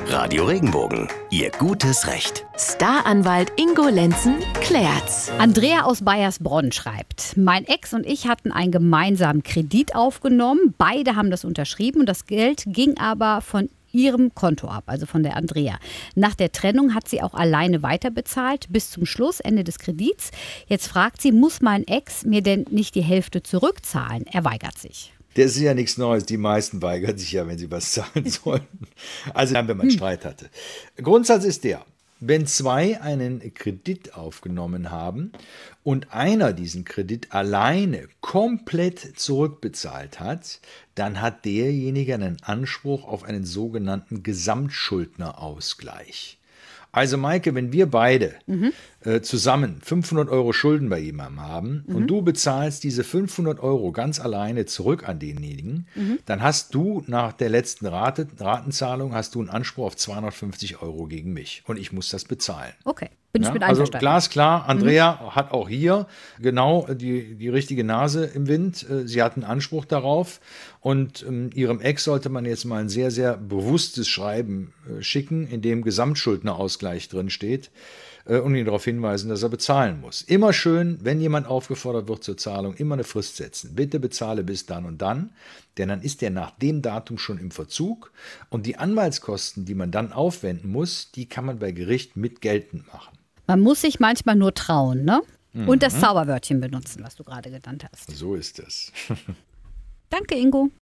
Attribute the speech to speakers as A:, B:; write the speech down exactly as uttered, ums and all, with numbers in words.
A: Radio Regenbogen, Ihr gutes Recht.
B: Staranwalt Ingo Lenzen klärt's.
C: Andrea aus Baiersbronn schreibt: Mein Ex und ich hatten einen gemeinsamen Kredit aufgenommen. Beide haben das unterschrieben und das Geld ging aber von ihrem Konto ab, also von der Andrea. Nach der Trennung hat sie auch alleine weiterbezahlt, bis zum Schluss, Ende des Kredits. Jetzt fragt sie, muss mein Ex mir denn nicht die Hälfte zurückzahlen? Er weigert sich.
D: Das ist ja nichts Neues. Die meisten weigern sich ja, wenn sie was zahlen sollen. Also dann, wenn man Streit hatte. Grundsatz ist der: Wenn zwei einen Kredit aufgenommen haben und einer diesen Kredit alleine komplett zurückbezahlt hat, dann hat derjenige einen Anspruch auf einen sogenannten Gesamtschuldnerausgleich. Also Maike, wenn wir beide mhm. äh, zusammen fünfhundert Euro Schulden bei jemandem haben mhm. und du bezahlst diese fünfhundert Euro ganz alleine zurück an denjenigen, mhm. dann hast du nach der letzten Rate, Ratenzahlung hast du einen Anspruch auf zweihundertfünfzig Euro gegen mich und ich muss das bezahlen.
C: Okay. Bin ich
D: ja,
C: mit
D: also
C: einverstanden.
D: glasklar, Andrea mhm. hat auch hier genau die, die richtige Nase im Wind. Sie hat einen Anspruch darauf und ähm, ihrem Ex sollte man jetzt mal ein sehr, sehr bewusstes Schreiben äh, schicken, in dem Gesamtschuldnerausgleich drin steht äh, und ihn darauf hinweisen, dass er bezahlen muss. Immer schön, wenn jemand aufgefordert wird zur Zahlung, immer eine Frist setzen. Bitte bezahle bis dann und dann, denn dann ist er nach dem Datum schon im Verzug und die Anwaltskosten, die man dann aufwenden muss, die kann man bei Gericht mit geltend machen.
C: Man muss sich manchmal nur trauen, ne? Mhm. Und das Zauberwörtchen benutzen, was du gerade genannt hast.
D: So ist es.
C: Danke, Ingo.